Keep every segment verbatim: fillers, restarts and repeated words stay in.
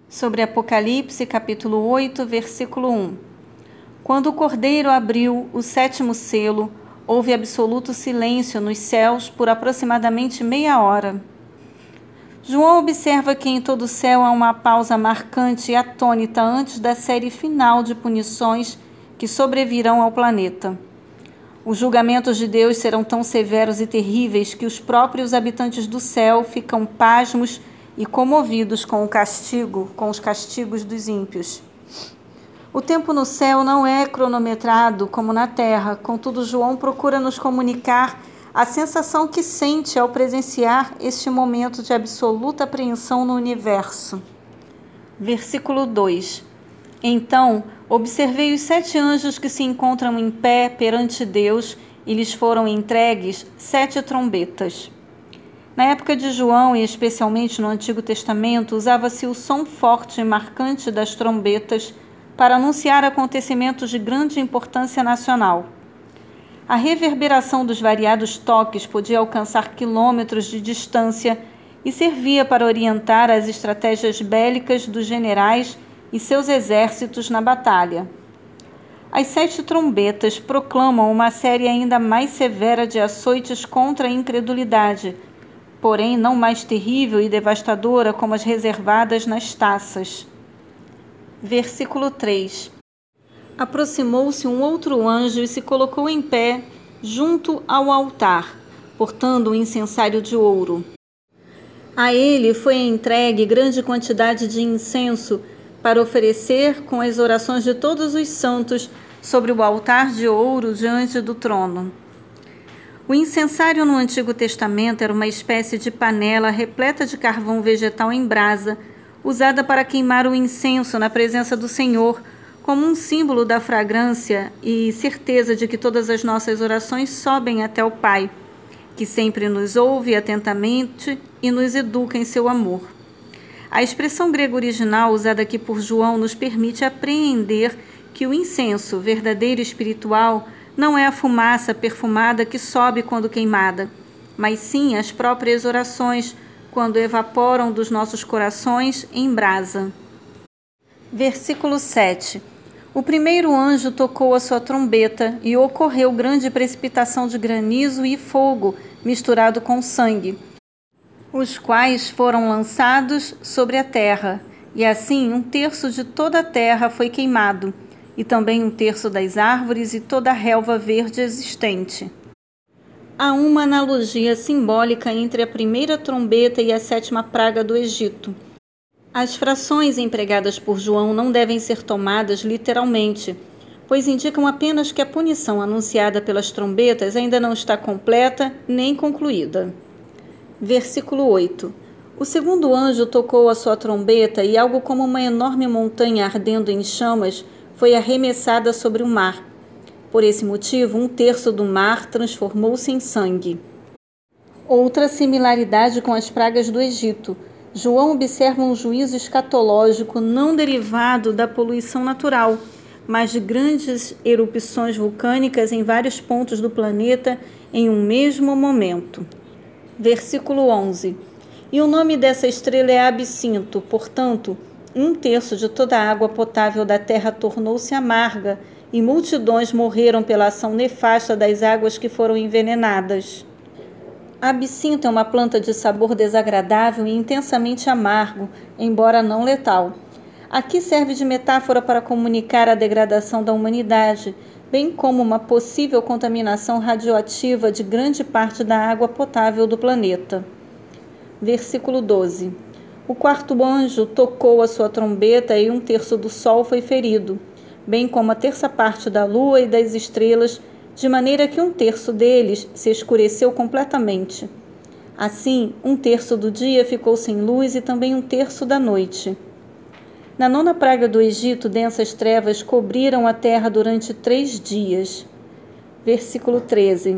Sobre Apocalipse, capítulo oito, versículo um. Quando o Cordeiro abriu o sétimo selo, houve absoluto silêncio nos céus por aproximadamente meia hora. João observa que em todo o céu há uma pausa marcante e atônita antes da série final de punições que sobrevirão ao planeta. Os julgamentos de Deus serão tão severos e terríveis que os próprios habitantes do céu ficam pasmos e comovidos com o castigo, com os castigos dos ímpios. O tempo no céu não é cronometrado como na terra, contudo João procura nos comunicar a sensação que sente ao presenciar este momento de absoluta apreensão no universo. Versículo dois. Então, observei os sete anjos que se encontram em pé perante Deus e lhes foram entregues sete trombetas. Na época de João, e especialmente no Antigo Testamento, usava-se o som forte e marcante das trombetas para anunciar acontecimentos de grande importância nacional. A reverberação dos variados toques podia alcançar quilômetros de distância e servia para orientar as estratégias bélicas dos generais e seus exércitos na batalha. As sete trombetas proclamam uma série ainda mais severa de açoites contra a incredulidade, porém não mais terrível e devastadora como as reservadas nas taças. Versículo três. Aproximou-se um outro anjo e se colocou em pé junto ao altar, portando um incensário de ouro. A ele foi entregue grande quantidade de incenso para oferecer com as orações de todos os santos sobre o altar de ouro diante do trono. O incensário no Antigo Testamento era uma espécie de panela repleta de carvão vegetal em brasa, usada para queimar o incenso na presença do Senhor, como um símbolo da fragrância e certeza de que todas as nossas orações sobem até o Pai, que sempre nos ouve atentamente e nos educa em seu amor. A expressão grega original usada aqui por João nos permite apreender que o incenso verdadeiro e espiritual não é a fumaça perfumada que sobe quando queimada, mas sim as próprias orações, quando evaporam dos nossos corações em brasa. Versículo sete. O primeiro anjo tocou a sua trombeta e ocorreu grande precipitação de granizo e fogo misturado com sangue, os quais foram lançados sobre a terra, e assim um terço de toda a terra foi queimado, e também um terço das árvores e toda a relva verde existente. Há uma analogia simbólica entre a primeira trombeta e a sétima praga do Egito. As frações empregadas por João não devem ser tomadas literalmente, pois indicam apenas que a punição anunciada pelas trombetas ainda não está completa nem concluída. Versículo oito. O segundo anjo tocou a sua trombeta e algo como uma enorme montanha ardendo em chamas foi arremessada sobre o mar. Por esse motivo, um terço do mar transformou-se em sangue. Outra similaridade com as pragas do Egito. João observa um juízo escatológico não derivado da poluição natural, mas de grandes erupções vulcânicas em vários pontos do planeta em um mesmo momento. Versículo onze. E o nome dessa estrela é Absinto, portanto, um terço de toda a água potável da terra tornou-se amarga e multidões morreram pela ação nefasta das águas que foram envenenadas. Absinto é uma planta de sabor desagradável e intensamente amargo, embora não letal. Aqui serve de metáfora para comunicar a degradação da humanidade, bem como uma possível contaminação radioativa de grande parte da água potável do planeta. Versículo doze. O quarto anjo tocou a sua trombeta e um terço do sol foi ferido, bem como a terça parte da lua e das estrelas, de maneira que um terço deles se escureceu completamente. Assim, um terço do dia ficou sem luz e também um terço da noite. Na nona praga do Egito, densas trevas cobriram a terra durante três dias. Versículo treze.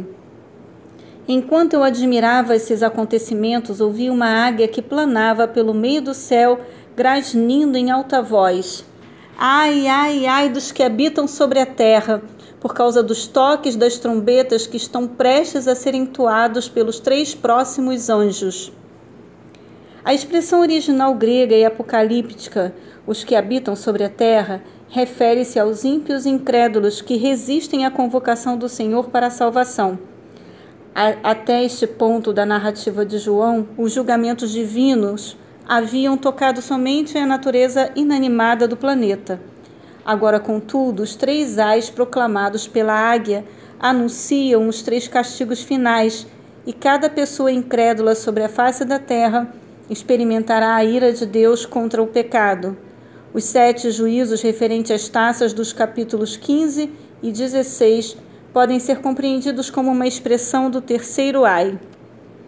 Enquanto eu admirava esses acontecimentos, ouvi uma águia que planava pelo meio do céu, grasnindo em alta voz. Ai, ai, ai dos que habitam sobre a terra, por causa dos toques das trombetas que estão prestes a ser entoados pelos três próximos anjos. A expressão original grega e apocalíptica, os que habitam sobre a terra, refere-se aos ímpios e incrédulos que resistem à convocação do Senhor para a salvação. A, até este ponto da narrativa de João, os julgamentos divinos haviam tocado somente a natureza inanimada do planeta. Agora, contudo, os três ais proclamados pela águia anunciam os três castigos finais, e cada pessoa incrédula sobre a face da terra experimentará a ira de Deus contra o pecado. Os sete juízos referentes às taças dos capítulos quinze e dezesseis podem ser compreendidos como uma expressão do terceiro ai.